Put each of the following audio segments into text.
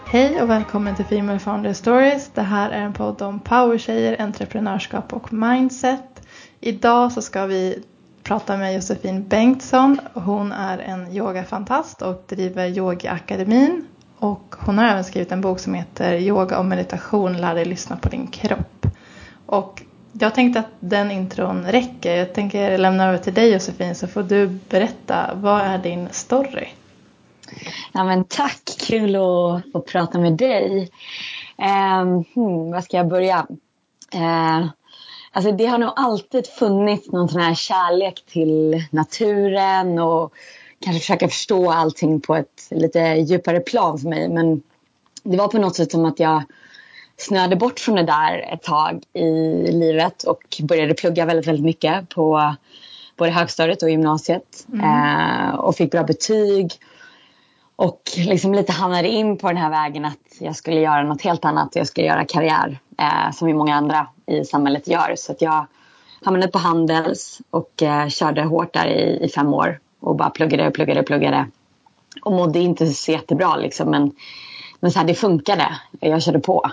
Hej och välkommen till Female Founder Stories. Det här är en podd om powertjejer, entreprenörskap och mindset. Idag så ska vi prata med Josefin Bengtsson. Hon är en yogafantast och driver Yogaakademin. Och hon har även skrivit en bok som heter Yoga och meditation, lär dig lyssna på din kropp. Och jag tänkte att den intron räcker. Jag tänker lämna över till dig, Josefin, så får du berätta, vad är din story? Ja, men tack, kul att få prata med dig. Vad ska jag börja? Alltså det har nog alltid funnits någon sån här kärlek till naturen och kanske försöka förstå allting på ett lite djupare plan för mig. Men det var på något sätt som att jag snöade bort från det där ett tag i livet och började plugga väldigt, väldigt mycket på både högstadiet och gymnasiet. Och fick bra betyg. Och liksom lite hamnade in på den här vägen att jag skulle göra något helt annat. Jag skulle göra karriär som ju många andra i samhället gör. Så att jag hamnade på Handels och körde hårt där i 5 år. Och bara pluggade. Och mådde inte så jättebra liksom. Men så här, det funkade. Jag körde på.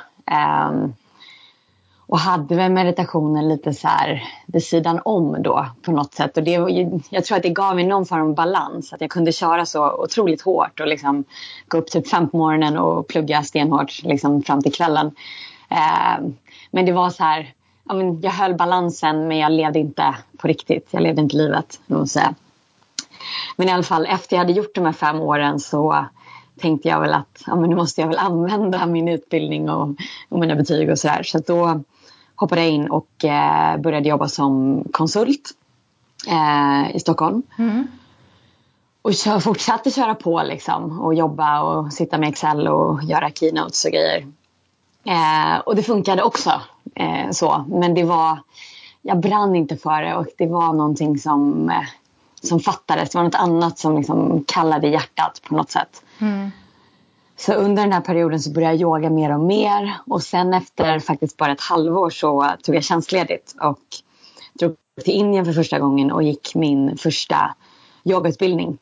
Och hade väl meditationen lite så här vid sidan om då på något sätt. Och jag tror att det gav mig någon form av balans. Att jag kunde köra så otroligt hårt och liksom gå upp typ 5 på morgonen och plugga stenhårt liksom fram till kvällen. Men det var så här, ja, men jag höll balansen men jag levde inte på riktigt. Jag levde inte livet, måste säga. Men i alla fall efter jag hade gjort de här 5 åren så tänkte jag väl att ja, men nu måste jag väl använda min utbildning och mina betyg och sådär. Så att då hoppade jag in och började jobba som konsult i Stockholm. Och fortsatte köra på liksom, och jobba och sitta med Excel och göra keynotes och grejer. Och det funkade också så. Men jag brann inte för det och det var någonting som fattades. Det var något annat som liksom kallade hjärtat på något sätt. Så under den här perioden så började jag yoga mer och mer. Och sen efter faktiskt bara ett halvår så tog jag tjänstledigt. Och drog till Indien för första gången och gick min första yogautbildning.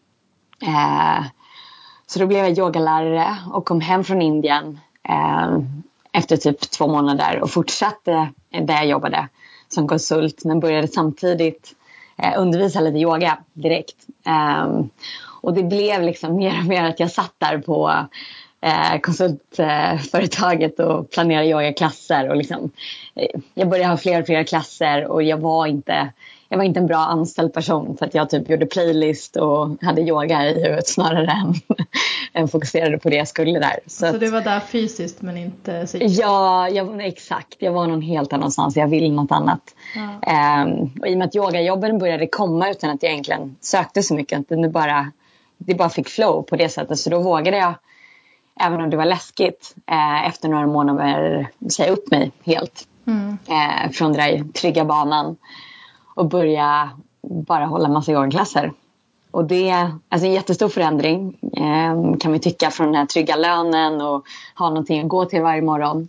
Så då blev jag yogalärare och kom hem från Indien efter typ 2 månader. Och fortsatte där jag jobbade som konsult. Men började samtidigt undervisa lite yoga direkt. Och det blev liksom mer och mer att jag satt där på konsultföretaget och planerade yogaklasser. Och liksom, jag började ha fler och fler klasser och jag var inte en bra anställd person. Så att jag typ gjorde playlist och hade yoga i huvudet snarare än fokuserade på det jag skulle där. Så du var där fysiskt men inte psykiskt? Ja, exakt. Jag var någon helt annanstans. Jag ville något annat. Ja. Och i och med att yogajobben började komma utan att jag egentligen sökte så mycket. Det bara fick flow på det sättet. Så då vågade jag, även om det var läskigt, efter några månader säga upp mig helt. Från den där trygga banan. Och börja bara hålla massa yogaklasser. Och det är alltså en jättestor förändring kan vi tycka, från den här trygga lönen och ha någonting att gå till varje morgon.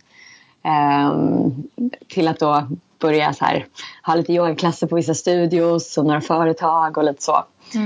Till att då börja så här, ha lite yogaklasser på vissa studios och några företag och lite så.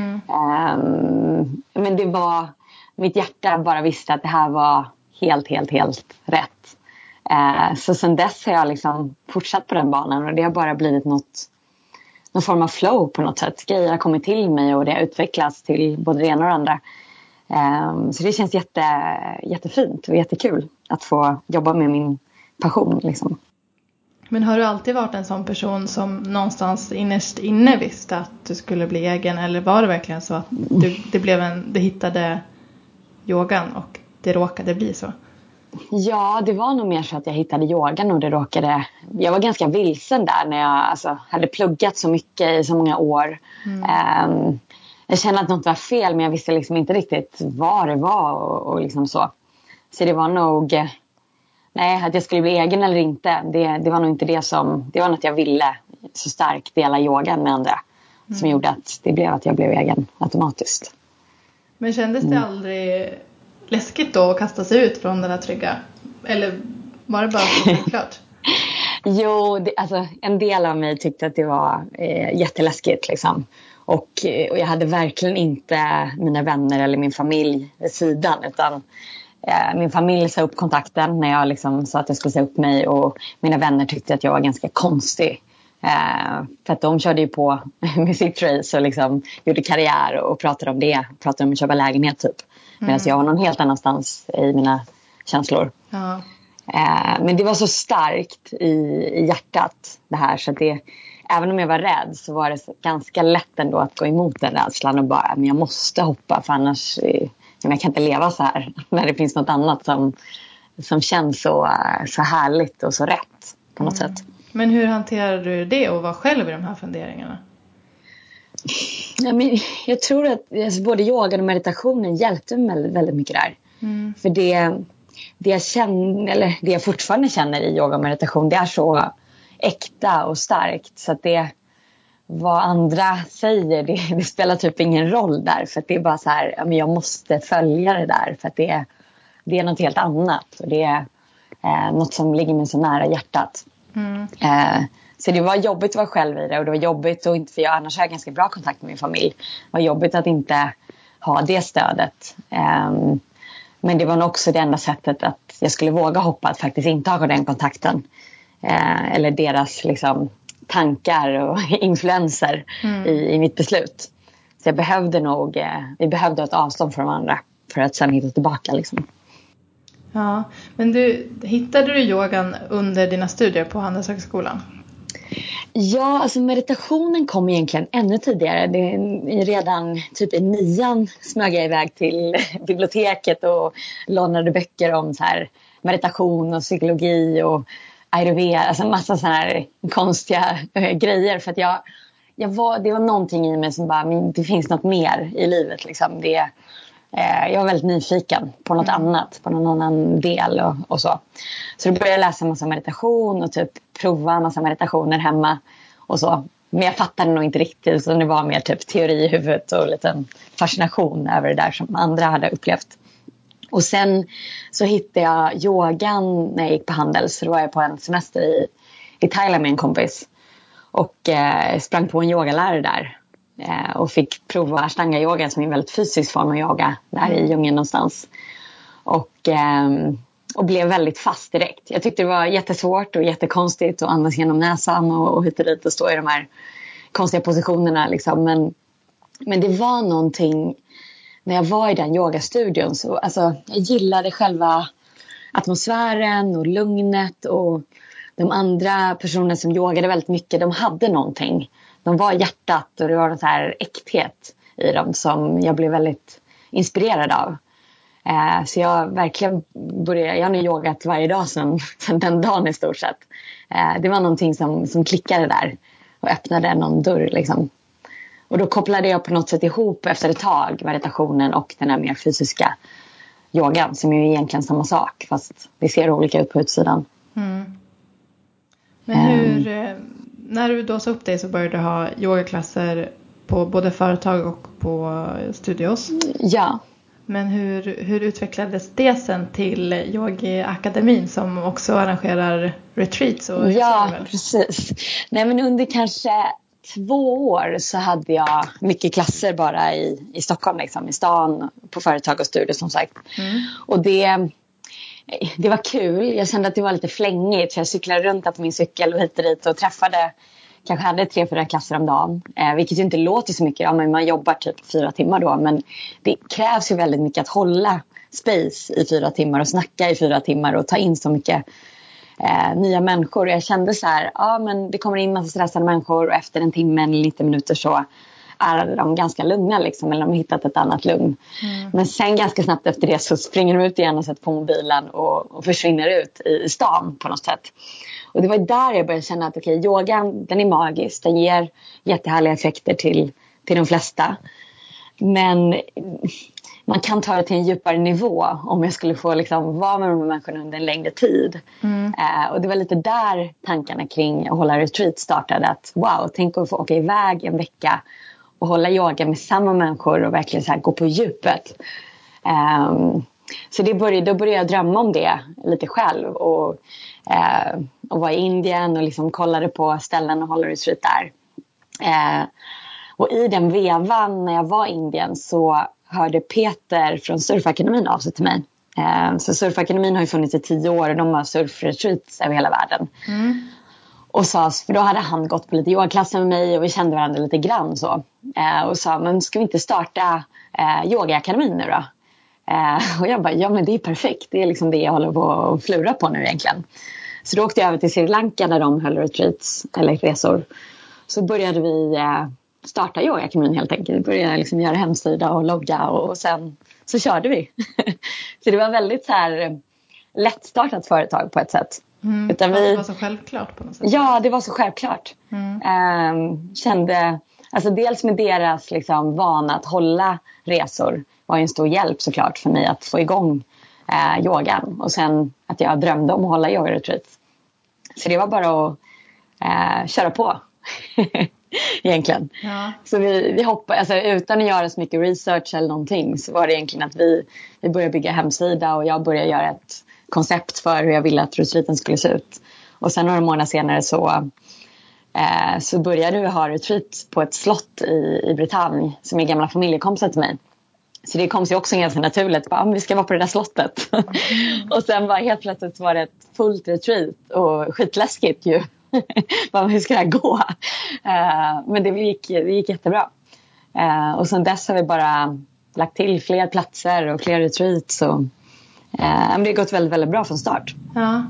Men det var, mitt hjärta bara visste att det här var helt rätt. Så sen dess har jag liksom fortsatt på den banan och det har bara blivit någon form av flow på något sätt. Grejer har kommit till mig och det har utvecklats till både det ena och det andra. Så det känns jättefint och jättekul att få jobba med min passion liksom. Men har du alltid varit en sån person som någonstans innerst inne visste att du skulle bli egen? Eller var det verkligen så att du hittade yogan och det råkade bli så? Ja, det var nog mer så att jag hittade yogan och jag var ganska vilsen där när jag hade pluggat så mycket i så många år. Jag kände att något var fel men jag visste liksom inte riktigt vad det var och liksom så. Så det var nog, att jag skulle bli egen eller inte, det var nog inte det var något jag ville så starkt dela yogan med andra. Som gjorde att det blev att jag blev egen automatiskt. Men kändes det aldrig läskigt då att kasta sig ut från den där trygga? Eller var det bara så klart? Jo, en del av mig tyckte att det var jätteläskigt liksom. Och jag hade verkligen inte mina vänner eller min familj vid sidan. Utan Min familj sa upp kontakten när jag liksom sa att jag skulle säga upp mig. Och mina vänner tyckte att jag var ganska konstig. För att de körde ju på med sitt race och liksom gjorde karriär och pratade om det. Pratade om att köpa lägenhet typ. Medan jag var någon helt annanstans i mina känslor. Ja. Men det var så starkt i hjärtat det här. Så att även om jag var rädd så var det ganska lätt ändå att gå emot den rädslan. Och bara, men jag måste hoppa för annars jag kan inte leva så här. När det finns något annat som känns så härligt och så rätt på något sätt. Men hur hanterar du det och vara själv i de här funderingarna? Ja, men jag tror att både yoga och meditationen hjälpte mig väldigt, väldigt mycket där. För det jag känner, eller det jag fortfarande känner i yoga och meditation, det är så äkta och starkt. Så att vad andra säger, det spelar typ ingen roll där. För att det är bara så här, men jag måste följa det där. För att det är något helt annat. Och det är något som ligger mig så nära hjärtat. Så det var jobbigt att vara själv i det. Och det var jobbigt att inte, för jag annars har jag ganska bra kontakt med min familj. Det var jobbigt att inte ha det stödet. Men det var nog också det enda sättet att jag skulle våga hoppa. Att faktiskt inte ha den kontakten. Eller deras liksom tankar och influenser i mitt beslut. Så jag behövde vi behövde ett avstånd från varandra för att sen hitta tillbaka liksom. Ja, men hittade du yogan under dina studier på Handelshögskolan? Ja, alltså meditationen kom egentligen ännu tidigare. Redan typ i 9:an smög jag iväg till biblioteket och lånade böcker om så här meditation och psykologi och ayurveda, alltså en massa sådana här konstiga grejer. För att det var någonting i mig som bara, men det finns något mer i livet liksom. Jag var väldigt nyfiken på något annat, på någon annan del och så. Så då började jag läsa en massa meditation och typ prova en massa meditationer hemma och så. Men jag fattade nog inte riktigt, så det var mer typ teori i huvudet och lite fascination över det där som andra hade upplevt. Och sen så hittade jag yogan när jag gick på Handels. Så då var jag på en semester i Thailand med en kompis. Och sprang på en yogalärare där. Och fick prova ashtanga-yoga som är en väldigt fysisk form av yoga. Där i djungeln någonstans. Och blev väldigt fast direkt. Jag tyckte det var jättesvårt och jättekonstigt att andas genom näsan och hit och dit och stå i de här konstiga positionerna. Liksom. Men det var någonting. När jag var i den yogastudion så alltså, jag gillade själva atmosfären och lugnet och de andra personerna som yogade väldigt mycket, de hade någonting. De var hjärtat och det var en så här äkthet i dem som jag blev väldigt inspirerad av. Så jag verkligen jag har nu yogat varje dag sedan den dagen i stort sett. Det var någonting som klickade där och öppnade någon dörr liksom. Och då kopplade jag på något sätt ihop efter ett tag meditationen och den här mer fysiska yogan som är ju egentligen samma sak fast det ser olika ut på utsidan. Men när du då sa upp dig så började du ha yogaklasser på både företag och på studios? Ja. Men hur utvecklades det sen till Yogiakademin som också arrangerar retreats? Ja, precis. Nej, men under kanske 2 år så hade jag mycket klasser bara i Stockholm liksom, i stan, på företag och studier som sagt. Och det var kul. Jag kände att det var lite flängigt så jag cyklade runt där på min cykel och hit och dit och kanske hade 3-4 klasser om dagen. Vilket ju inte låter så mycket. Ja, men man jobbar typ 4 timmar då. Men det krävs ju väldigt mycket att hålla space i 4 timmar och snacka i 4 timmar och ta in så mycket nya människor. Och jag kände så här, ja men det kommer in massa stressade människor och efter 1 timme eller 90 minuter så är de ganska lugna liksom, eller de har hittat ett annat lugn. Men sen ganska snabbt efter det så springer de ut igen och sätter på mobilen och försvinner ut i stan på något sätt. Och det var där jag började känna att okej, yogan den är magisk, den ger jättehärliga effekter till de flesta. Men man kan ta det till en djupare nivå om jag skulle få liksom vara med de människorna under en längre tid. Och det var lite där tankarna kring att hålla retreat startade. Att wow, tänk att få åka iväg en vecka och hålla yoga med samma människor och verkligen så här gå på djupet. Så då började jag drömma om det lite själv och var i Indien och liksom kollade på ställen och hålla retreat där. Och i den vevan när jag var i Indien så hörde Peter från Surfakademin av sig till mig Så surfakademin har ju funnits i 10 år och de har surfretreats över hela världen. Och sa, för då hade han gått på lite yogaklasser med mig och vi kände varandra lite grann så. Och sa, men ska vi inte starta yogaakademin nu då? Och jag bara, ja men det är perfekt. Det är liksom det jag håller på att flura på nu egentligen. Så då åkte jag över till Sri Lanka där de höll retreats eller resor. Så började vi starta yogaakademin helt enkelt. Vi började liksom göra hemsida och logga och sen så körde vi. Så det var väldigt så här lättstartat företag på ett sätt. Utan det var så självklart på något sätt. Ja, det var så självklart. Kände, alltså dels med deras liksom vana att hålla resor var en stor hjälp såklart för mig att få igång yogan. Och sen att jag drömde om att hålla yogaretreats. Så det var bara att köra på. Egentligen. Ja. Så vi hoppade, alltså, utan att göra så mycket research eller någonting, så var det egentligen att vi började bygga hemsida och jag började göra ett koncept för hur jag ville att retreaten skulle se ut. Och sen några månader senare så började vi ha retreat på ett slott i Bretagne som är gamla familjekompisar till mig. Så det kom sig också ganska naturligt. Bara, vi ska vara på det där slottet. Och sen var helt plötsligt var det ett fullt retreat. Och skitläskigt ju. Hur ska det här gå? Men det gick jättebra. Och sen dess har vi bara lagt till fler platser och fler retreats. Och, det har gått väldigt, väldigt bra från start. Ja,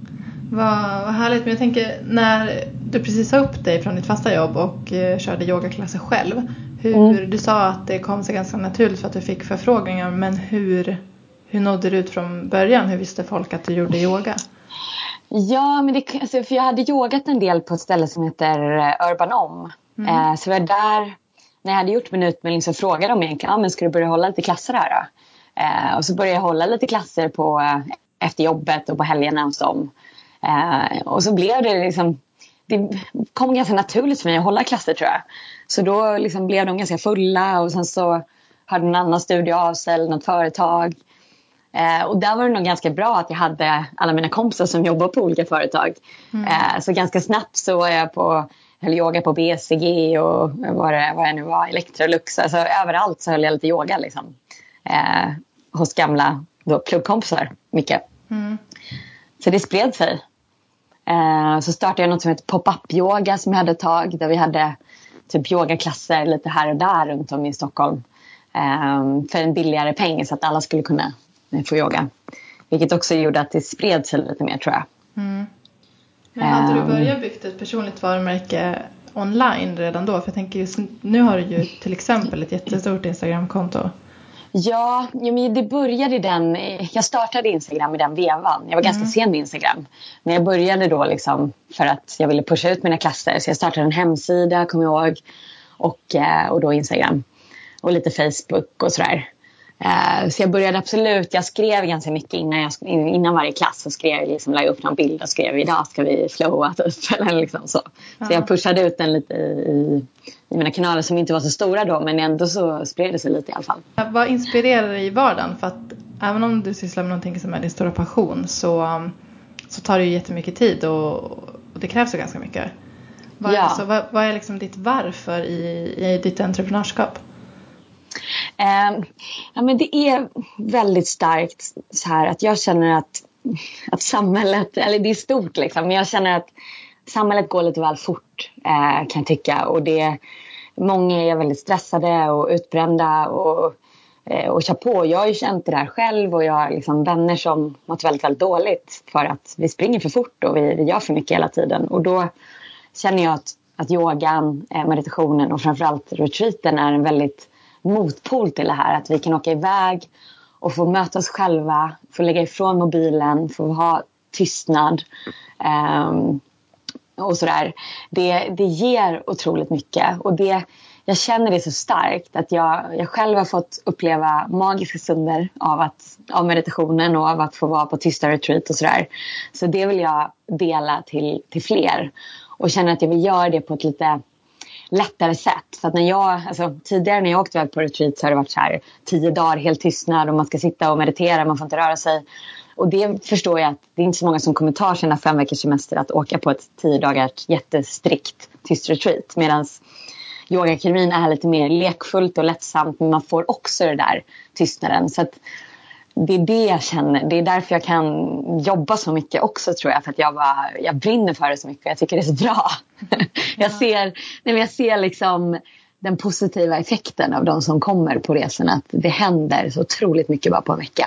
vad härligt. Men jag tänker, när du precis sa upp dig från ditt fasta jobb och körde yogaklasser själv. Du sa att det kom sig ganska naturligt för att du fick förfrågningar. Men hur nådde du ut från början? Hur visste folk att du gjorde yoga? Ja, men för jag hade yogat en del på ett ställe som heter Urban Om. Så var där, när jag hade gjort min utbildning så frågade de egentligen, men ska du börja hålla lite klasser här då? Och så började jag hålla lite klasser efter jobbet och på helgerna hos dem. Och så blev det liksom, det kom ganska naturligt för mig att hålla klasser tror jag. Så då liksom blev de ganska fulla och sen så hade en annan studie av sig eller något företag. Och där var det nog ganska bra att jag hade alla mina kompisar som jobbar på olika företag. Så ganska snabbt så var jag höll yoga på BCG och vad jag nu var, Electrolux. Alltså överallt så höll jag lite yoga liksom. Hos gamla klubbkompisar, mycket. Så det spred sig. Så startade jag något som heter pop-up yoga som jag hade ett tag. Där vi hade typ yogaklasser lite här och där runt om i Stockholm. För en billigare peng så att alla skulle kunna få yoga. Vilket också gjorde att det spred sig lite mer tror jag. Men hade du börjat byggt ett personligt varumärke online redan då? För jag tänker just nu har du ju till exempel ett jättestort Instagram-konto. Ja, men det började jag startade Instagram i den vevan. Jag var ganska sen med Instagram. Men jag började då liksom för att jag ville pusha ut mina klasser. Så jag startade en hemsida, kommer jag ihåg. Och då Instagram. Och lite Facebook och sådär. Så jag började absolut, jag skrev ganska mycket innan varje klass. Så skrev jag liksom, la upp någon bild och skrev idag ska vi flowa typ, eller liksom så. Så jag pushade ut den lite i mina kanaler som inte var så stora då. Men ändå så spred det sig lite i alla fall. Vad inspirerar dig i vardagen? För att även om du sysslar med någonting som är din stora passion så tar det ju jättemycket tid och det krävs ju ganska mycket. Vad är liksom ditt varför i ditt entreprenörskap? Ja, men det är väldigt starkt så här att jag känner att samhället, eller det är stort liksom, men jag känner att samhället går lite väl fort kan jag tycka, och många är väldigt stressade och utbrända och kör på. Jag har ju känt det här själv och jag har liksom vänner som mått väldigt, väldigt dåligt för att vi springer för fort och vi gör för mycket hela tiden, och då känner jag att yogan, meditationen och framförallt retreaten är en väldigt motpol till det här. Att vi kan åka iväg och få möta oss själva, få lägga ifrån mobilen, få ha tystnad och sådär. Det ger otroligt mycket, och jag känner det så starkt att jag själv har fått uppleva magiska stunder av meditationen och av att få vara på tysta retreat och sådär. Så det vill jag dela till fler, och känner att jag vill göra det på ett lite lättare sätt. För att tidigare när jag åkte iväg på retreat så har det varit så här 10 dagar helt tystnad och man ska sitta och meditera, man får inte röra sig. Och det förstår jag att det är inte så många som kommer ta sina 5 veckors semester att åka på ett 10 dagars jättestrikt tyst retreat. Medan yogaakademin är lite mer lekfullt och lättsamt, men man får också det där tystnaden. Så att det är det jag känner. Det är därför jag kan jobba så mycket också, tror jag. För att jag brinner för det så mycket. Jag tycker det är så bra. Jag ser liksom den positiva effekten av de som kommer på resan. Att det händer så otroligt mycket bara på en vecka.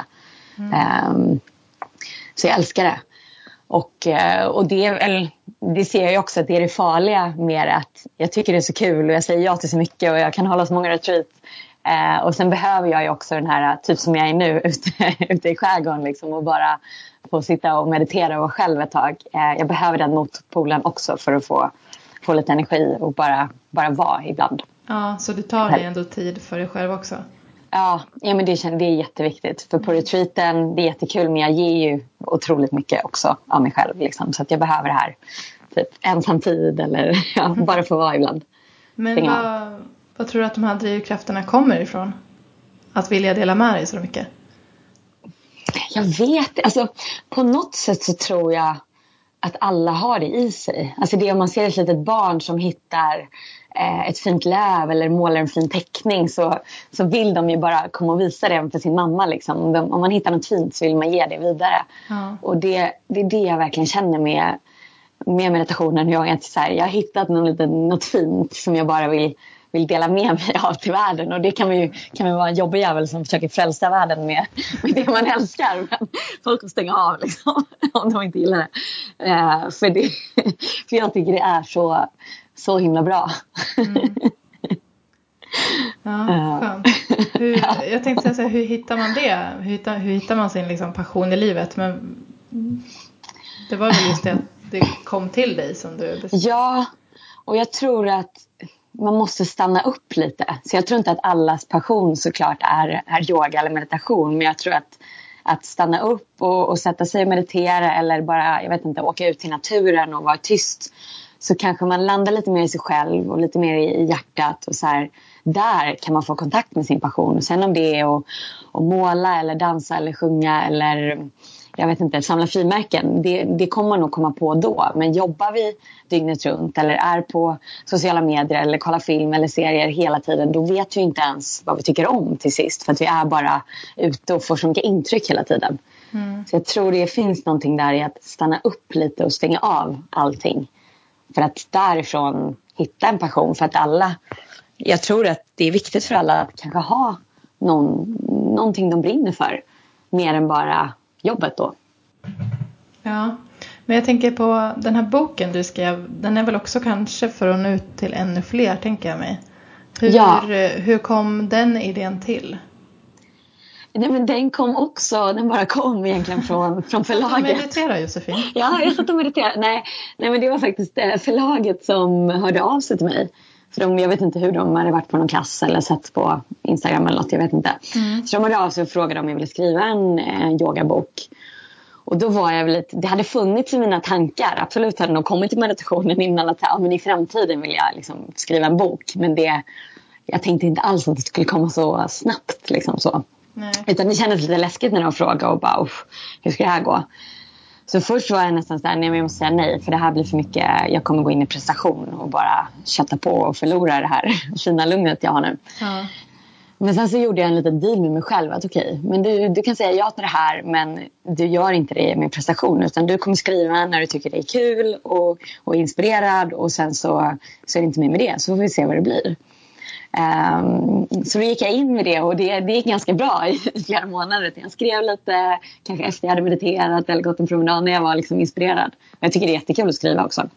Så jag älskar det. Och det ser jag ju också, att det är det farliga med att jag tycker det är så kul och jag säger ja till så mycket och jag kan hålla så många retreat. Och sen behöver jag ju också den här, typ som jag är nu, ute i skärgården liksom, och bara få sitta och meditera och vara själv ett tag. Jag behöver den motpolen också för att få lite energi och bara vara ibland. Ja, så du tar dig ändå tid för dig själv också? Ja, men det är jätteviktigt. För på retreaten, det är jättekul, men jag ger ju otroligt mycket också av mig själv. Liksom, så att jag behöver det här. Typ ensam tid eller bara få vara ibland. Men vad tror du att de här drivkrafterna kommer ifrån? Att vilja dela med dig så mycket? Jag vet, alltså på något sätt så tror jag att alla har det i sig. Alltså det, om man ser ett litet barn som hittar ett fint löv eller målar en fin teckning, så vill de ju bara komma och visa det för sin mamma. Liksom. Om man hittar något fint så vill man ge det vidare. Ja. Och det är det jag verkligen känner med meditationen. Jag har hittat något fint som jag bara vill dela med mig av till världen. Och det kan man vara en jobbig jävel som försöker frälsa världen med det man älskar. Men folk får stänga av liksom, om de inte gillar det. För jag tycker det är så himla bra. Ja, skönt. Jag tänkte säga, hur hittar man det? Hur hittar man sin liksom, passion i livet? Men det var väl just det att det kom till dig som du... Ja, och jag tror att man måste stanna upp lite. Så jag tror inte att allas passion såklart är yoga eller meditation. Men jag tror att stanna upp och sätta sig och meditera, eller bara, jag vet inte, åka ut till naturen och vara tyst. Så kanske man landar lite mer i sig själv och lite mer i hjärtat. Och så här, där kan man få kontakt med sin passion. Och sen om det är att måla eller dansa eller sjunga eller... jag vet inte, samla frimärken. Det kommer man nog komma på då. Men jobbar vi dygnet runt eller är på sociala medier eller kollar film eller serier hela tiden, då vet vi inte ens vad vi tycker om till sist. För att vi är bara ute och får så mycket intryck hela tiden. Så jag tror det finns någonting där i att stanna upp lite och stänga av allting. För att därifrån hitta en passion. För att jag tror att det är viktigt för alla att kanske ha någonting de brinner för. Mer än bara jobbet då. Ja, men jag tänker på den här boken du skrev. Den är väl också kanske för att nå ut till ännu fler, tänker jag mig. Hur kom den idén till? Nej, men den bara kom egentligen från förlaget. Du mediterar, Josefin. Ja, jag satt och mediterade. Nej, men det var faktiskt förlaget som hörde av sig till mig. För jag vet inte hur de hade varit på någon klass eller sett på Instagram eller något, jag vet inte. Så de hörde av sig och frågade om jag ville skriva en yogabok. Och då var jag väl det hade funnits i mina tankar. Absolut hade nog kommit till meditationen innan att men i framtiden vill jag liksom skriva en bok. Men jag tänkte inte alls att det skulle komma så snabbt liksom så. Nej. Utan det kändes lite läskigt när de frågade och bara, hur ska det här gå? Så först var jag nästan så här, nej men jag måste säga nej. För det här blir för mycket, jag kommer gå in i prestation och bara kötta på och förlora det här fina lugnet jag har nu. Ja. Men sen så gjorde jag en liten deal med mig själv att okej, men du kan säga ja till det här, men du gör inte det med prestation, utan du kommer skriva när du tycker det är kul och inspirerad, och sen så är det inte mer med det, så får vi se vad det blir. Så då gick jag in med det, och det gick ganska bra i flera månader. Jag skrev lite, kanske efter jag hade mediterat eller gått en promenad, när jag var liksom inspirerad. Jag tycker det är jättekul att skriva också.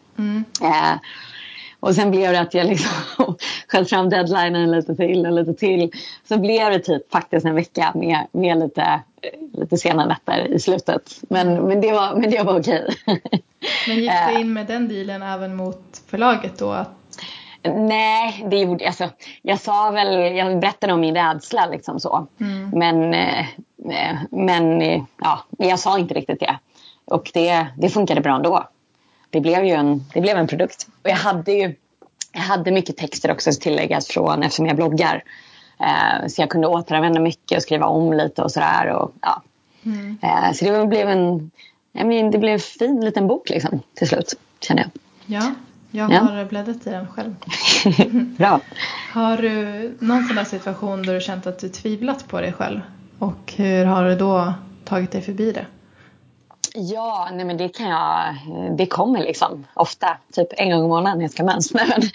Och sen blev det att jag liksom sköt fram deadlinen lite till. Så blev det typ faktiskt en vecka med lite sena nätter i slutet. Men det var okej. Men gick du in med den dealen även mot förlaget då? Nej, det gjorde jag berättade om min rädsla liksom så. Men jag sa inte riktigt det. Och det funkade bra ändå. Det blev en produkt. Och jag hade mycket texter också att tilläggas eftersom jag bloggar. Så jag kunde återanvända mycket och skriva om lite och sådär. Och, ja. Så det blev en fin liten bok liksom, till slut, känner jag. Ja, jag har bläddrat i den själv. Bra. Har du någon sån där situation där du känt att du tvivlat på dig själv? Och hur har du då tagit dig förbi det? Ja, nej men det kommer liksom ofta, typ en gång i månaden när jag ska mens.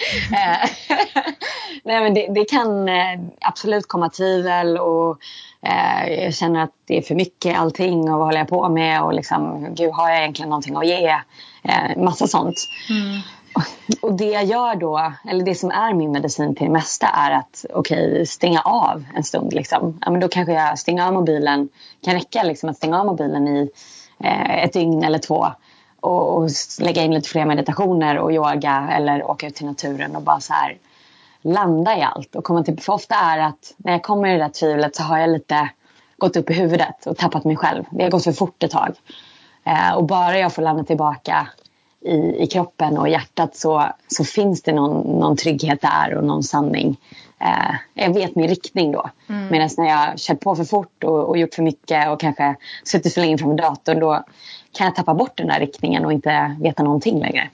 Nej men det kan absolut komma tvivel och jag känner att det är för mycket allting och vad håller jag på med och liksom, gud, har jag egentligen någonting att ge? Massa sånt. Och det jag gör då, eller det som är min medicin till det mesta är att stänga av en stund liksom. Ja, men då kanske jag stänger av mobilen, kan räcka liksom att stänga av mobilen i ett dygn eller 2 och lägga in lite fler meditationer och yoga eller åka ut till naturen och bara så här landa i allt och komma till, för ofta är att när jag kommer i det där tvivlet så har jag lite gått upp i huvudet och tappat mig själv. Det har gått för fort ett tag och bara jag får landa tillbaka i kroppen och hjärtat så finns det någon trygghet där och någon sanning. Jag vet min riktning då. Medan när jag kört på för fort och gjort för mycket och kanske suttit för länge framför datorn, då kan jag tappa bort den där riktningen och inte veta någonting längre.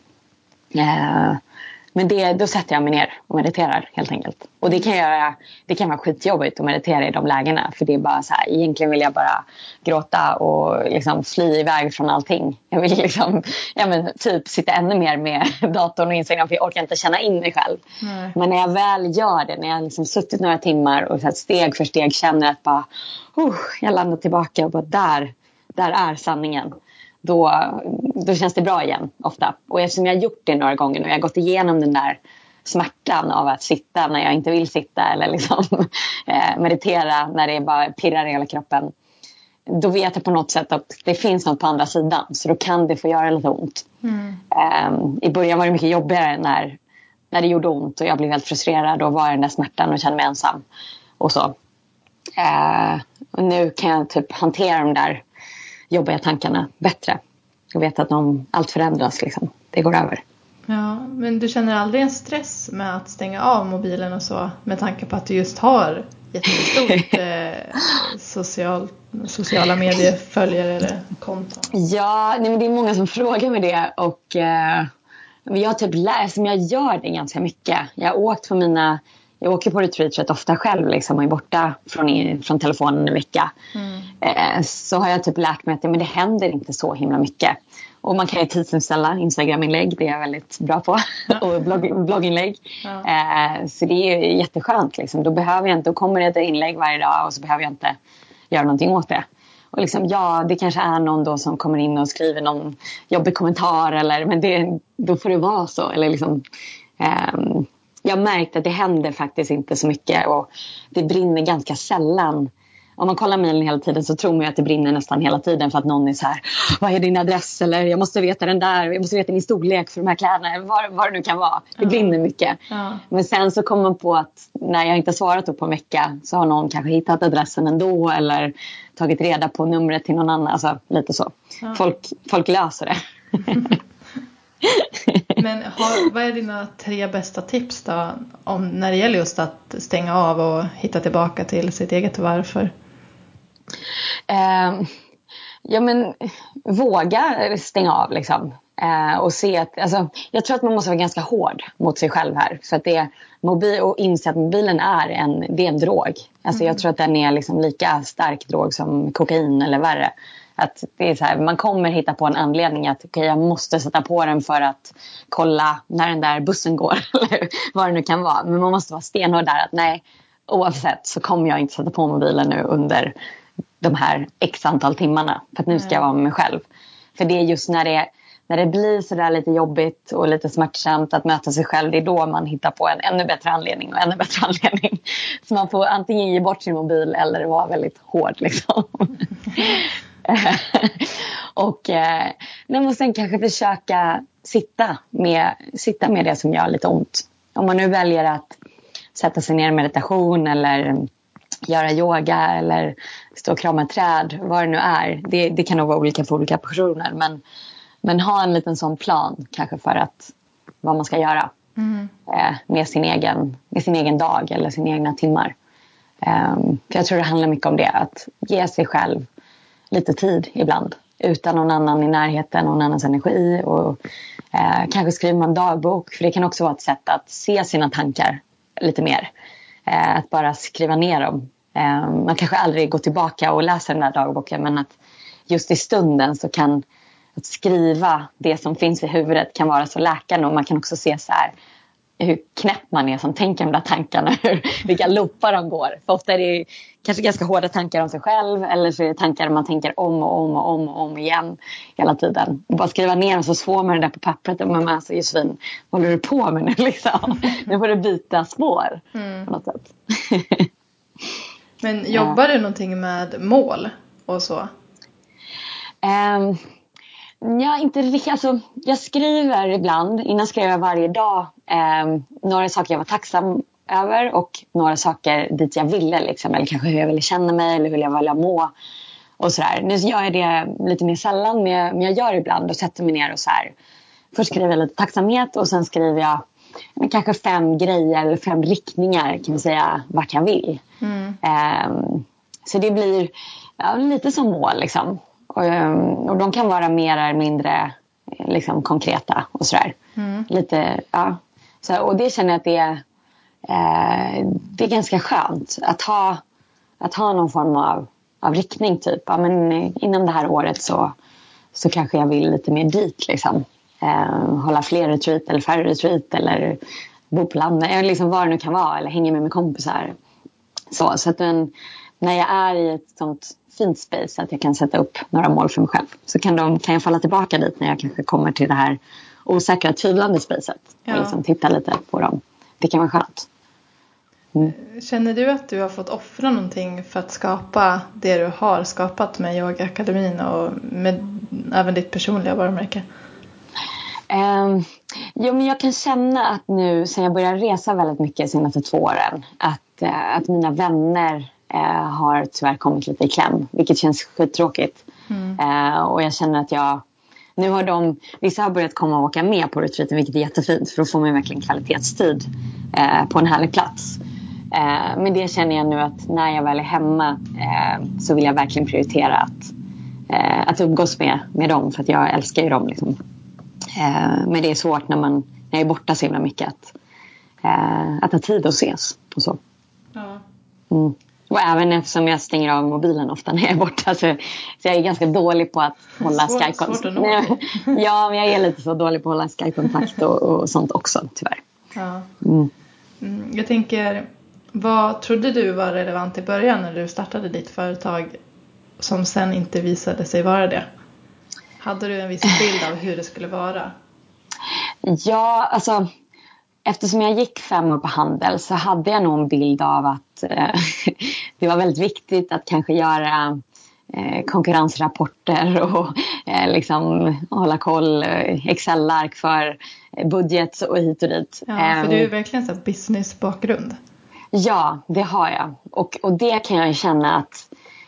Men då sätter jag mig ner och mediterar helt enkelt. Och det kan vara skitjobbigt att meditera i de lägena. För det är bara så här, egentligen vill jag bara gråta och liksom fly iväg från allting. Jag vill liksom, typ sitta ännu mer med datorn och Instagram, för jag orkar inte känna in mig själv. Nej. Men när jag väl gör det, när jag liksom suttit några timmar och så här steg för steg känner att bara, jag landar tillbaka och bara där är sanningen. Då känns det bra igen ofta. Och eftersom jag har gjort det några gånger och jag har gått igenom den där smärtan av att sitta när jag inte vill sitta eller liksom meditera när det bara pirrar i hela kroppen, då vet jag på något sätt att det finns något på andra sidan, så då kan det få göra lite ont. I början var det mycket jobbigare när det gjorde ont och jag blev helt frustrerad och var i den där smärtan och kände mig ensam och så. Och nu kan jag typ hantera de där jobbiga tankarna bättre. Jag vet att allt förändras liksom. Det går över. Ja, men du känner aldrig en stress med att stänga av mobilen och så, med tanke på att du just har jättestort sociala medieföljare eller konton? Ja, men det är många som frågar mig det och jag typ som jag gör det ganska mycket. Jag åker på retreat rätt ofta själv liksom, och är borta från telefonen en vecka. Så har jag typ lärt mig att men det händer inte så himla mycket. Och man kan ju tidsinställa Instagram-inlägg, det är jag väldigt bra på. Och blogginlägg. Så det är ju jätteskönt liksom. Då kommer det ett inlägg varje dag och så behöver jag inte göra någonting åt det. Och liksom, det kanske är någon då som kommer in och skriver någon jobbig kommentar men då får det vara så. Eller liksom, jag har märkt att det händer faktiskt inte så mycket och det brinner ganska sällan. Om man kollar mejlen hela tiden så tror man att det brinner nästan hela tiden för att någon är så här, vad är din adress? Eller jag måste veta den där, jag måste veta din storlek för de här kläderna, vad det nu kan vara. Det brinner mycket. Men sen så kommer man på att när jag inte svarat på en vecka så har någon kanske hittat adressen ändå eller tagit reda på numret till någon annan. Alltså lite så. Folk löser det. Men vad är dina 3 bästa tips då när det gäller just att stänga av och hitta tillbaka till sitt eget varför? Våga stänga av liksom. Och se att, jag tror att man måste vara ganska hård mot sig själv här. För att och inse att mobilen är en drog. Jag tror att den är liksom lika stark drog som kokain eller värre. Att det är så här, man kommer hitta på en anledning att jag måste sätta på den för att kolla när den där bussen går eller vad det nu kan vara. Men man måste vara stenhård där att nej, oavsett så kommer jag inte sätta på mobilen nu under de här x antal timmarna för att nu ska jag vara med mig själv. För det är just när det blir så där lite jobbigt och lite smärtsamt att möta sig själv, det är då man hittar på en ännu bättre anledning och ännu bättre anledning. Så man får antingen ge bort sin mobil eller vara väldigt hård liksom. Och sen kanske försöka sitta med det som gör lite ont. Om man nu väljer att sätta sig ner i meditation eller göra yoga eller stå och krama ett träd, vad det nu är. Det kan nog vara olika för olika personer, men ha en liten sån plan kanske för vad man ska göra med sin egen dag eller sina egna timmar. För jag tror det handlar mycket om det, att ge sig själv lite tid ibland utan någon annan i närheten, någon annans energi och kanske skriva en dagbok, för det kan också vara ett sätt att se sina tankar lite mer, att bara skriva ner dem Man kanske aldrig går tillbaka och läser den där dagboken, men att just i stunden så kan att skriva det som finns i huvudet kan vara så läkande. Och man kan också se så här hur knäpp man är som tänker de där tankarna, vilka loopar de går. För ofta är det kanske ganska hårda tankar om sig själv, eller så är det tankar man tänker om och om och om och om igen hela tiden. Och bara skriva ner och så får man det där på pappret och man alltså, Josefin, vad håller du på med nu liksom? Nu får du byta spår på något sätt. Men jobbar du någonting med mål och så? Ja, inte riktigt. Alltså, jag skriver ibland. Innan skrev jag varje dag några saker jag var tacksam över och några saker dit jag ville. Liksom. Eller kanske hur jag ville känna mig eller hur jag ville må. Och sådär. Nu gör jag det lite mer sällan, men jag gör det ibland och sätter mig ner och så här. Först skriver jag lite tacksamhet och sen skriver jag kanske 5 grejer eller 5 riktningar, kan man säga, vart jag vill. Så det blir lite som mål liksom. Och de kan vara mer eller mindre liksom, konkreta och sådär. Lite, ja. Så, och det känner jag att det är ganska skönt att ha någon form av riktning typ. Ja, men inom det här året så kanske jag vill lite mer dit liksom. Hålla fler retreat eller färre retreat eller bo på landet, liksom vad det nu kan vara, eller hänga med kompisar. Så att när jag är i ett sånt fint space att jag kan sätta upp några mål för mig själv, så kan jag falla tillbaka dit när jag kanske kommer till det här osäkra, tvivlande spacet och liksom titta lite på dem. Det kan vara skönt. Känner du att du har fått offra någonting för att skapa det du har skapat med Yogaakademin och med även ditt personliga varumärke? Jo, men jag kan känna att nu sen jag började resa väldigt mycket de senaste 2 åren att mina vänner har tyvärr kommit lite i kläm, vilket känns skittråkigt. Och jag känner att nu har vissa har börjat komma och åka med på retreaten, vilket är jättefint, för då får man verkligen kvalitetstid på en härlig plats. Men det känner jag nu att när jag väl är hemma så vill jag verkligen prioritera att umgås med dem, för att jag älskar ju dem liksom. Men det är svårt när jag är borta så himla mycket att ha tid att ses och så. Ja. Och även eftersom jag stänger av mobilen ofta när jag är borta, så jag är ganska dålig på att hålla Skype-kontakt. Ja, men jag är lite så dålig på att hålla Skype-kontakt och sånt också, tyvärr. Ja. Jag tänker, vad trodde du var relevant i början när du startade ditt företag som sen inte visade sig vara det? Hade du en viss bild av hur det skulle vara? Ja, alltså eftersom jag gick 5 år på handel så hade jag nog en bild av att det var väldigt viktigt att kanske göra konkurrensrapporter och liksom hålla koll, Excel-ark för budget och hit och dit. Ja, för du är verkligen så business-bakgrund. Ja, det har jag. Och det kan jag känna att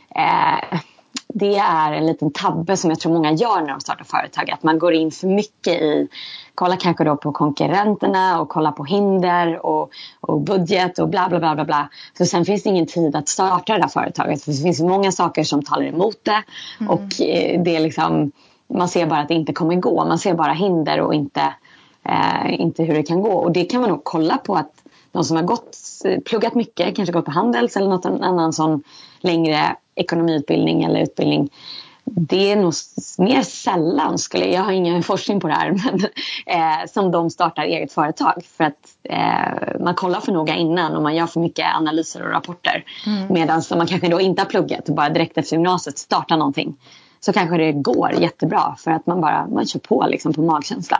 det är en liten tabbe som jag tror många gör när de startar företag. Att man går in för mycket kolla kanske då på konkurrenterna och kolla på hinder och budget och bla bla bla bla bla. Så sen finns det ingen tid att starta det där företaget. För det finns många saker som talar emot det. Och det är liksom, man ser bara att det inte kommer gå. Man ser bara hinder och inte hur det kan gå. Och det kan man nog kolla på att de som har pluggat mycket, kanske gått på Handels eller något annan sån längre ekonomiutbildning eller utbildning, det är nog mer sällan, jag har ingen forskning på det här, men som de startar eget företag, för att man kollar för noga innan och man gör för mycket analyser och rapporter. Medan man kanske då inte har pluggat och bara direkt efter gymnasiet startar någonting, så kanske det går jättebra för att man kör på liksom på magkänsla.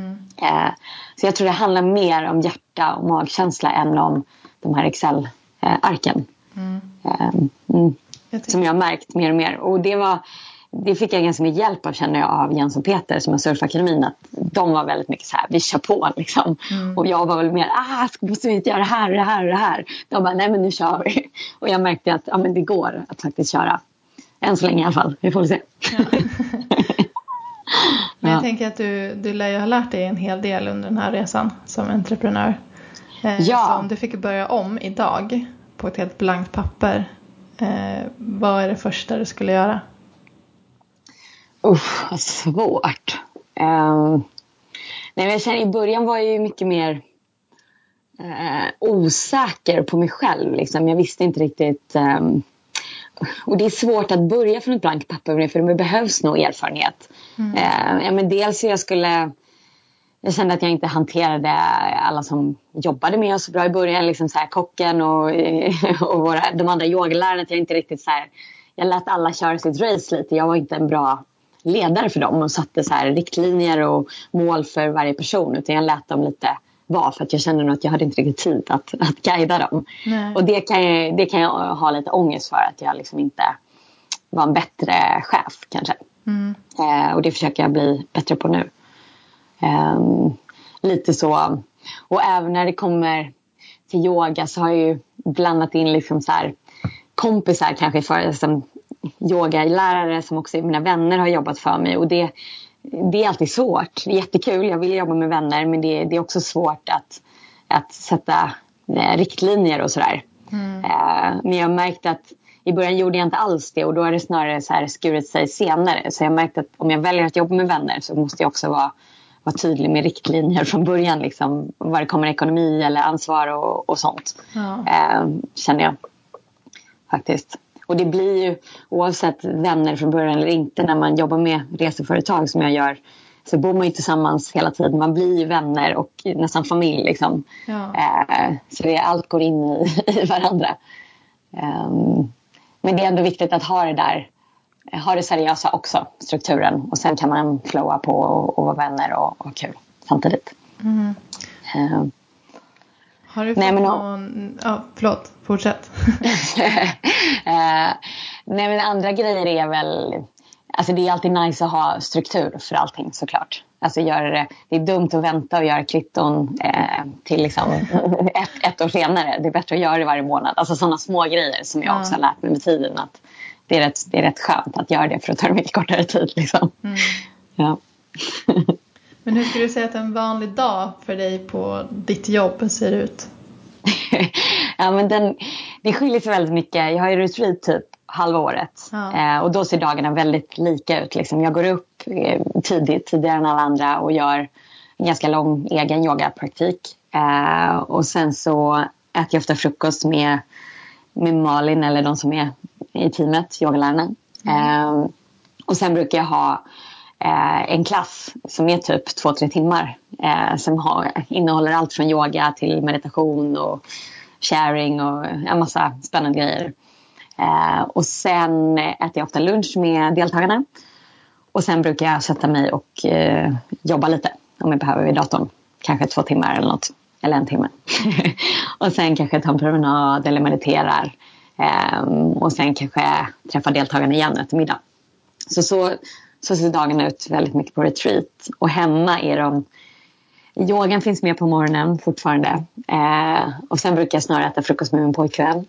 Så jag tror det handlar mer om hjärta och magkänsla än om de här Excel-arken. Som jag har märkt mer och mer. Och det fick jag ganska mycket hjälp av, känner jag, av Jens och Peter som har Surfakademin, att de var väldigt mycket så här, vi kör på liksom. Och jag var väl mer, måste vi inte göra det här och det här och det här. De bara, nej men nu kör vi. Och jag märkte att men det går att faktiskt köra. Än så länge i alla fall, vi får se. Ja. Men jag tänker att du lär ju ha lärt dig en hel del under den här resan som entreprenör. Så om du fick börja om idag på ett helt blankt papper, vad är det första du skulle göra? Vad svårt. Nej, men jag känner, i början var jag ju mycket mer osäker på mig själv. Liksom. Jag visste inte riktigt... och det är svårt att börja från ett blankt papper för det behövs nog erfarenhet. Men dels jag kände att jag inte hanterade alla som jobbade med oss så bra i början. Liksom så här, kocken och de andra yogalärarna. Jag inte riktigt så här, jag lät alla köra sitt race lite. Jag var inte en bra ledare för dem och satte så här riktlinjer och mål för varje person. Utan jag lät dem lite vara för att jag kände nog att jag hade inte riktigt tid att guida dem. Nej. Och det kan jag ha lite ångest för. Att jag liksom inte var en bättre chef kanske. Och det försöker jag bli bättre på nu. Lite så. Och även när det kommer till yoga så har jag ju blandat in liksom så här kompisar kanske som yogalärare som också mina vänner har jobbat för mig. Och det är alltid svårt. Det är jättekul, jag vill jobba med vänner. Men det är också svårt att sätta riktlinjer och sådär. Men jag märkte att i början gjorde jag inte alls det. Och då är det snarare så här skurit sig senare. Så jag märkte att om jag väljer att jobba med vänner så måste jag också vara tydlig med riktlinjer från början. Liksom, var det kommer ekonomi eller ansvar och sånt. Känner jag faktiskt. Och det blir ju oavsett vänner från början eller inte när man jobbar med reseföretag som jag gör. Så bor man ju tillsammans hela tiden. Man blir ju vänner och nästan familj liksom. Så allt går in i varandra. Men det är ändå viktigt att ha det där. Ha det seriösa också, strukturen. Och sen kan man flowa på och vara vänner och ha kul samtidigt. Har du fått någon... förlåt, fortsätt. Nej, men andra grejer är väl... Alltså det är alltid nice att ha struktur för allting såklart. Alltså det är dumt att vänta och göra kvitton till liksom ett år senare. Det är bättre att göra det varje månad. Alltså sådana små grejer som jag också har lärt mig med tiden. Att det är rätt skönt att göra det för att ta det mycket kortare tid. Liksom. Ja. Men hur skulle du säga att en vanlig dag för dig på ditt jobb ser ut? Ja, men det skiljer sig väldigt mycket. Jag har ju retreat typ halva året. Och då ser dagarna väldigt lika ut. Liksom. Jag går upp tidigare än alla andra och gör en ganska lång egen yogapraktik. Och sen så äter jag ofta frukost med Malin eller de som är i teamet, yogalärarna. Och sen brukar jag ha en klass som är typ 2-3 timmar. Som innehåller allt från yoga till meditation och sharing och en massa spännande grejer. Och sen äter jag ofta lunch med deltagarna. Och sen brukar jag sätta mig och jobba lite om jag behöver vid datorn. Kanske 2 timmar eller något. Eller 1 timme. Och sen kanske ta en promenad eller mediterar. Och sen kanske träffa deltagarna igen efter middag. Så ser dagarna ut väldigt mycket på retreat. Och hemma är yogan finns med på morgonen fortfarande. Och sen brukar jag snarare äta frukost med min pojkvän.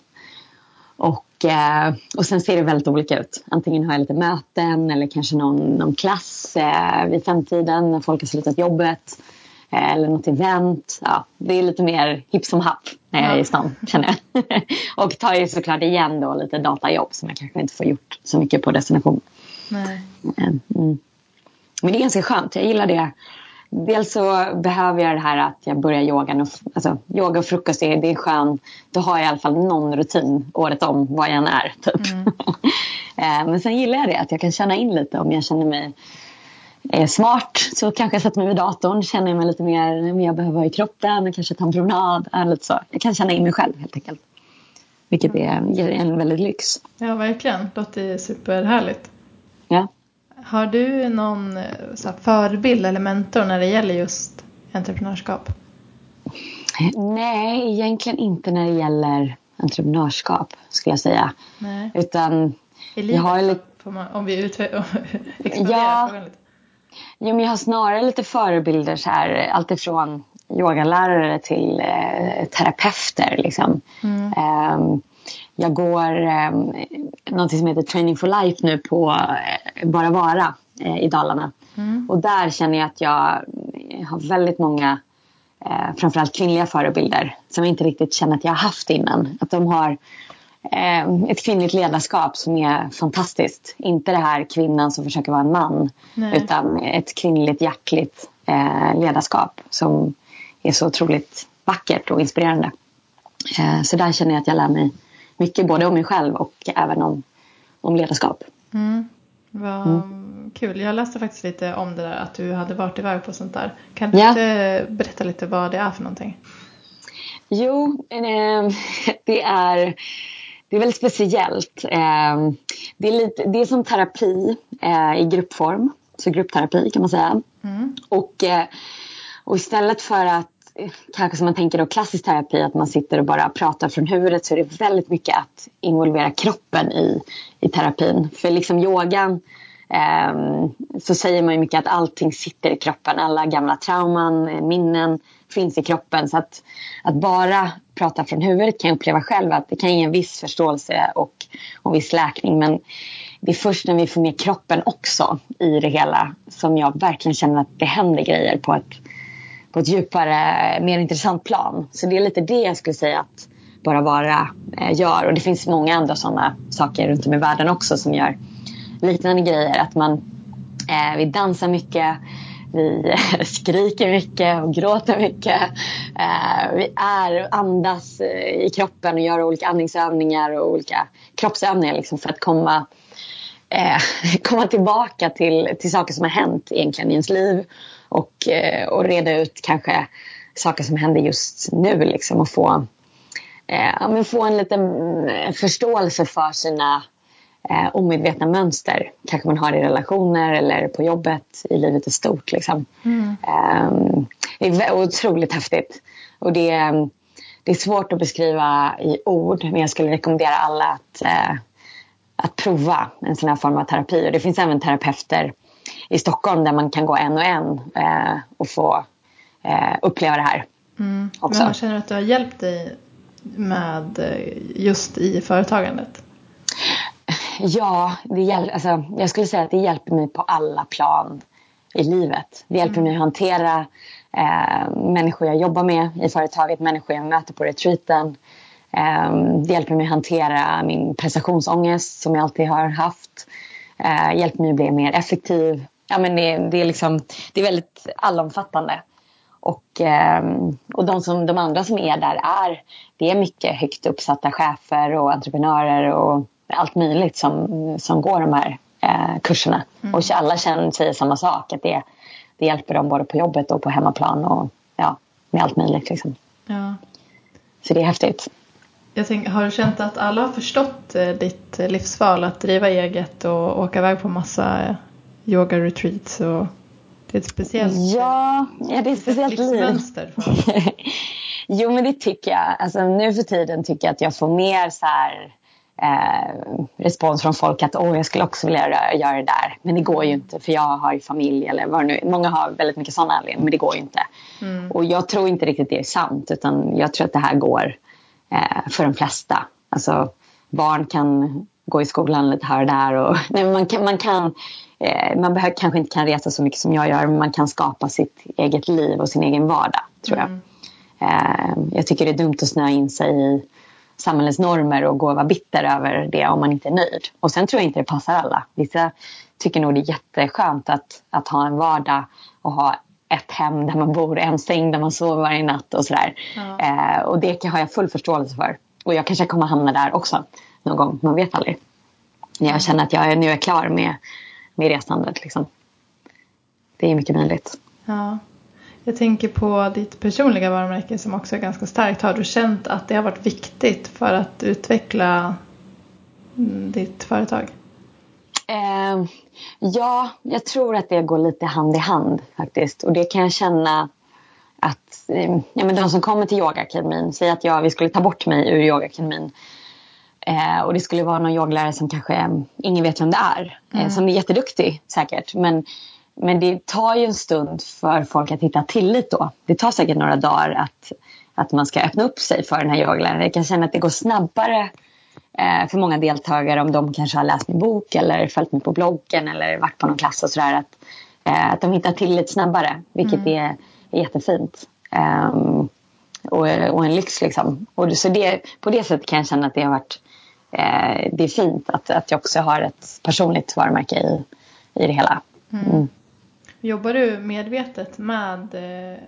Och sen ser det väldigt olika ut. Antingen har jag lite möten eller kanske någon klass vid 5-tiden när folk har slutat jobbet. Eller något event. Ja, det är lite mer hipp som happ när jag är i stan, känner jag. Och tar ju såklart igen då lite datajobb som jag kanske inte får gjort så mycket på destination. Nej. Men det är ganska skönt, jag gillar det. Dels så behöver jag det här att jag börjar yoga. Alltså yoga och frukost, det är skönt. Då har jag i alla fall någon rutin året om vad jag än är typ. Men sen gillar jag det, att jag kan känna in lite om jag känner mig smart. Så kanske jag sätter mig vid datorn, känner jag mig lite mer jag behöver vara i kroppen och kanske ta en promenad. Lite så. Jag kan känna in mig själv helt enkelt. Vilket ger en väldigt lyx. Ja, verkligen. Det låter superhärligt. Ja. Har du någon så här, förebild eller mentor när det gäller just entreprenörskap? Nej, egentligen inte när det gäller entreprenörskap skulle jag säga. Nej. Utan i livet, jag har om vi expanderar frågan lite. Ja, men jag har snarare lite förebilder så här, allt ifrån yogalärare till terapeuter liksom. Jag går något som heter Training for Life nu på Bara Vara i Dalarna. Och där känner jag att jag har väldigt många framförallt kvinnliga förebilder som jag inte riktigt känner att jag har haft innan. Att de har ett kvinnligt ledarskap som är fantastiskt. Inte det här kvinnan som försöker vara en man. Nej. Utan ett kvinnligt hjärtligt ledarskap som är så otroligt vackert och inspirerande. Så där känner jag att jag lär mig mycket både om mig själv och även om ledarskap. Vad kul. Jag läste faktiskt lite om det där att du hade varit iväg på sånt där. Kan du inte berätta lite vad det är för någonting? Jo, det är väldigt speciellt. Det är som terapi i gruppform. Så gruppterapi kan man säga. Och istället för att kanske som man tänker då klassisk terapi att man sitter och bara pratar från huvudet, så är det väldigt mycket att involvera kroppen i terapin. För liksom yogan så säger man ju mycket att allting sitter i kroppen. Alla gamla trauman, minnen finns i kroppen. Så att bara prata från huvudet kan jag uppleva själv att det kan ge en viss förståelse och en viss läkning. Men det är först när vi får med kroppen också i det hela som jag verkligen känner att det händer grejer på ett djupare, mer intressant plan. Så det är lite det jag skulle säga att bara vara gör. Och det finns många andra sådana saker runt om i världen också som gör liknande grejer. Att vi dansar mycket, vi skriker mycket och gråter mycket. Vi andas i kroppen och gör olika andningsövningar och olika kroppsövningar liksom för att komma tillbaka till saker som har hänt egentligen i ens liv. Och reda ut kanske saker som händer just nu liksom, och få en liten förståelse för sina omedvetna mönster. Kanske man har i relationer eller på jobbet, i livet i stort liksom. Det är otroligt häftigt. Och det är svårt att beskriva i ord, men jag skulle rekommendera alla att prova en sån här form av terapi. Och det finns även terapeuter i Stockholm där man kan gå en och en och få uppleva det här också. Men vad känner du att du har hjälpt dig med just i företagandet? Ja, jag skulle säga att det hjälper mig på alla plan i livet. Det hjälper mig att hantera människor jag jobbar med i företaget, människor jag möter på retreaten. Det hjälper mig att hantera min prestationsångest som jag alltid har haft. Hjälper mig att bli mer effektiv. Ja, men det är väldigt allomfattande. Och de andra som är där det är mycket högt uppsatta chefer och entreprenörer och allt möjligt som går de här kurserna. Och alla säger samma sak, att det hjälper dem både på jobbet och på hemmaplan och med allt möjligt liksom. Ja. Så det är häftigt. Har du känt att alla har förstått ditt livsval att driva eget och åka iväg på massa yoga-retreats? Och det är ett speciellt, det är ett speciellt livsmönster för oss. Jo, men det tycker jag. Alltså, nu för tiden tycker jag att jag får mer så här, respons från folk att jag skulle också vilja göra det där. Men det går ju inte för jag har familj eller vad nu. Många har väldigt mycket sådana anledningar, men det går ju inte. Och jag tror inte riktigt det är sant, utan jag tror att det här går för de flesta. Alltså barn kan gå i skolan lite här och där och man behöver kanske inte kan resa så mycket som jag gör, men man kan skapa sitt eget liv och sin egen vardag, tror jag. Jag tycker det är dumt att snöa in sig i samhällets normer och gå och vara bitter över det om man inte är nöjd. Och sen tror jag inte det passar alla. Vissa tycker nog det är jätteskönt att ha en vardag och ha ett hem där man bor, en säng där man sover varje natt och sådär. Och det har jag full förståelse för. Och jag kanske kommer hamna där också någon gång, man vet aldrig. Jag känner att jag nu är klar med resandet liksom. Det är mycket möjligt. Ja. Jag tänker på ditt personliga varumärke som också är ganska starkt. Har du känt att det har varit viktigt för att utveckla ditt företag? Ja, jag tror att det går lite hand i hand faktiskt. Och det kan jag känna att men de som kommer till yogaakademin säger att vi skulle ta bort mig ur yogaakademin. Och det skulle vara någon yogalärare som kanske ingen vet vem det är. Som är jätteduktig säkert. Men det tar ju en stund för folk att hitta tillit då. Det tar säkert några dagar att man ska öppna upp sig för den här yogaläraren. Jag kan känna att det går snabbare för många deltagare om de kanske har läst min bok eller följt mig på bloggen eller varit på någon klass och sådär. Att de hittar tillit snabbare, vilket är jättefint. Och en lyx liksom. Och så på det sättet kan jag känna att det har varit det är fint att jag också har ett personligt varumärke i det hela. Jobbar du medvetet med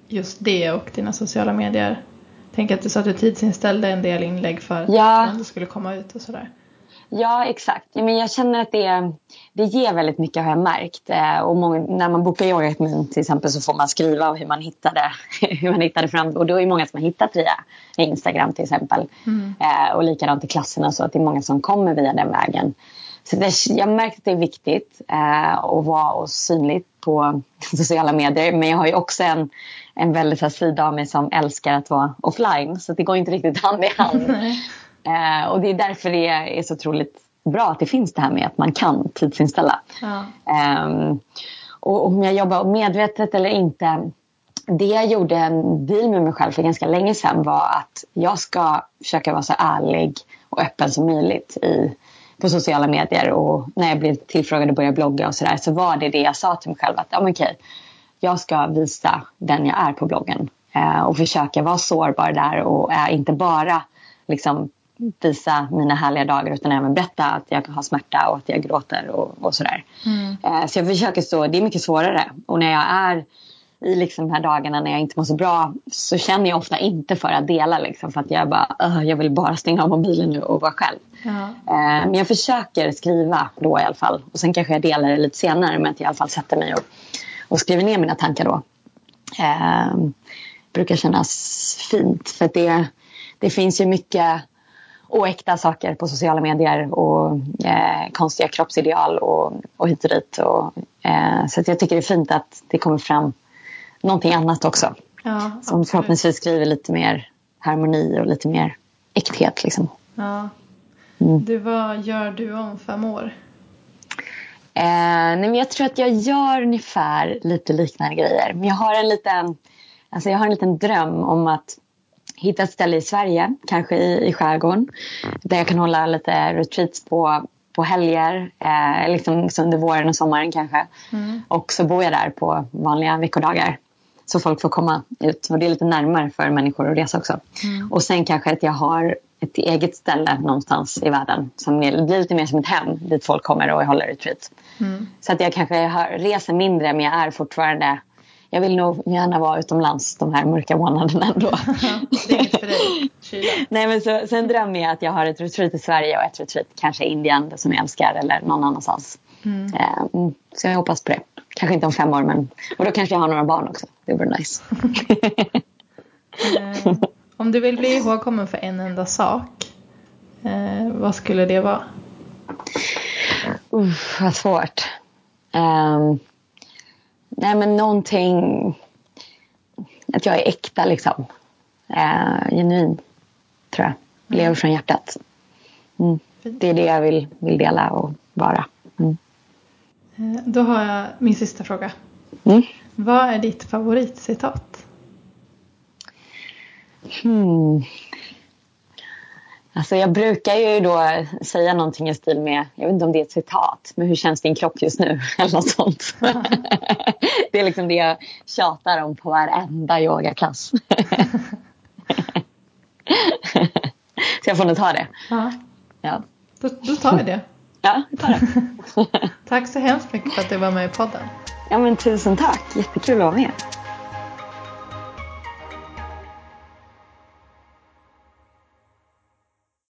just det och dina sociala medier? Tänk att du sa att du tidsinställde en del inlägg för att det skulle komma ut och sådär. Ja, exakt. Men jag känner att det ger väldigt mycket, har jag märkt. Och när man bokar yoga till exempel så får man skriva hur man hittade fram. Och då är det många som har hittat via Instagram till exempel. Och likadant i klasserna, så att det är många som kommer via den vägen. Så jag märkt att det är viktigt att vara synligt på sociala medier. Men jag har ju också en väldigt här sida av mig som älskar att vara offline. Så det går inte riktigt hand i hand. Och det är därför det är så otroligt bra att det finns det här med att man kan tidsinställa. Ja. Och om jag jobbar medvetet eller inte. Det jag gjorde en deal med mig själv för ganska länge sedan var att jag ska försöka vara så ärlig och öppen som möjligt på sociala medier. Och när jag blev tillfrågad att börja blogga och sådär, så var det jag sa till mig själv att okej, jag ska visa den jag är på bloggen. Och försöka vara sårbar där och inte bara liksom visa mina härliga dagar utan även berätta att jag har smärta och att jag gråter och sådär. Så jag försöker det är mycket svårare. Och när jag är i liksom de här dagarna när jag inte mår så bra, så känner jag ofta inte för att dela liksom, för att jag vill bara stänga av mobilen nu och vara själv. Men jag försöker skriva då i alla fall. Och sen kanske jag delar det lite senare, men att jag i alla fall sätter mig och skriver ner mina tankar då. Brukar kännas fint, för att det finns ju mycket oäkta saker på sociala medier och konstiga kroppsideal och hit och dit. Så att jag tycker det är fint att det kommer fram någonting annat också. Ja, som förhoppningsvis skriver lite mer harmoni och lite mer äkthet liksom. Ja. Vad gör du om 5 år? Nej, men jag tror att jag gör ungefär lite liknande grejer. Men jag har en liten dröm om att hitta ett ställe i Sverige, kanske i skärgården, där jag kan hålla lite retreats på helger, liksom under våren och sommaren kanske. Och så bor jag där på vanliga veckodagar, så folk får komma ut. Och det är lite närmare för människor att resa också. Och sen kanske att jag har ett eget ställe någonstans i världen som blir lite mer som ett hem dit folk kommer och håller retreat. Så att jag kanske reser mindre, men jag är fortfarande... Jag vill nog gärna vara utomlands de här mörka månaderna ändå. Det är inget för dig, Kyla. Nej, men sen drömmer jag att jag har ett retreat i Sverige och ett retreat kanske i Indien som jag älskar, eller någon annanstans. Så jag hoppas på det. Kanske inte om 5 år, men... Och då kanske jag har några barn också. Det blir nice. Om du vill bli ihågkommen för en enda sak, vad skulle det vara? Vad svårt. Nej, men någonting... Att jag är äkta liksom. Genuin, tror jag. Lever från hjärtat. Det är det jag vill dela och vara. Då har jag min sista fråga. Vad är ditt favoritcitat? Alltså jag brukar ju då säga någonting i stil med, jag vet inte om det är ett citat, men hur känns din kropp just nu? Eller något sånt. Det är liksom det jag tjatar om på varenda yogaklass. Så jag får nog ta det. Ja. Då tar vi det. Ja, vi tar det. Tack så hemskt mycket för att du var med i podden. Ja, men tusen tack. Jättekul att vara med.